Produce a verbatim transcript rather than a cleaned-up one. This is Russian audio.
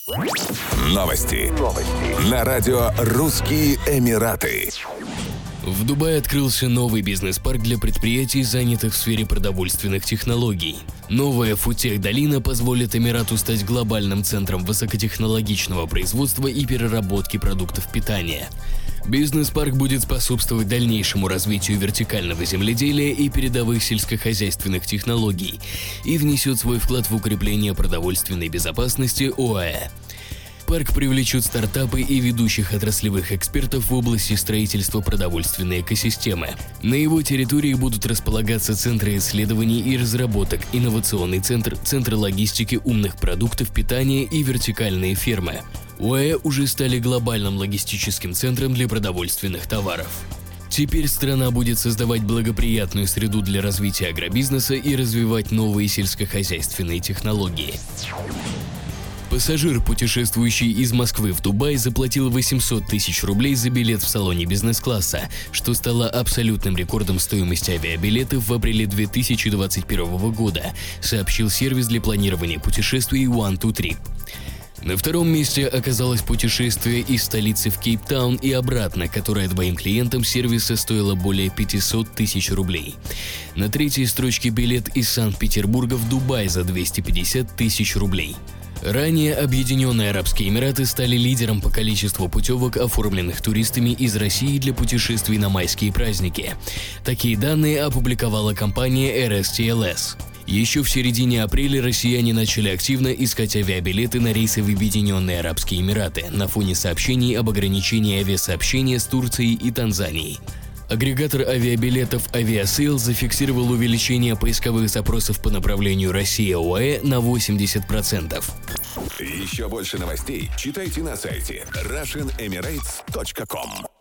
Новости. Новости. На радио «Русские Эмираты». В Дубае открылся новый бизнес-парк для предприятий, занятых в сфере продовольственных технологий. Новая фудтех-долина позволит Эмирату стать глобальным центром высокотехнологичного производства и переработки продуктов питания. Бизнес-парк будет способствовать дальнейшему развитию вертикального земледелия и передовых сельскохозяйственных технологий и внесет свой вклад в укрепление продовольственной безопасности ОАЭ. Парк привлечет стартапы и ведущих отраслевых экспертов в области строительства продовольственной экосистемы. На его территории будут располагаться центры исследований и разработок, инновационный центр, центр логистики умных продуктов питания и вертикальные фермы. ОАЭ уже стали глобальным логистическим центром для продовольственных товаров. Теперь страна будет создавать благоприятную среду для развития агробизнеса и развивать новые сельскохозяйственные технологии. Пассажир, путешествующий из Москвы в Дубай, заплатил восемьсот тысяч рублей за билет в салоне бизнес-класса, что стало абсолютным рекордом стоимости авиабилетов в апреле две тысячи двадцать первого года, сообщил сервис для планирования путешествий One Two Trip. На втором месте оказалось путешествие из столицы в Кейптаун и обратно, которое двоим клиентам сервиса стоило более пятьсот тысяч рублей. На третьей строчке билет из Санкт-Петербурга в Дубай за двести пятьдесят тысяч рублей. Ранее Объединенные Арабские Эмираты стали лидером по количеству путевок, оформленных туристами из России для путешествий на майские праздники. Такие данные опубликовала компания эр эс ти эл эс. Еще в середине апреля россияне начали активно искать авиабилеты на рейсы в Объединенные Арабские Эмираты на фоне сообщений об ограничении авиасообщения с Турцией и Танзанией. Агрегатор авиабилетов Aviasale зафиксировал увеличение поисковых запросов по направлению Россия-ОАЭ на восемьдесят процентов. Еще больше новостей читайте на сайте Russian Emirates точка ком.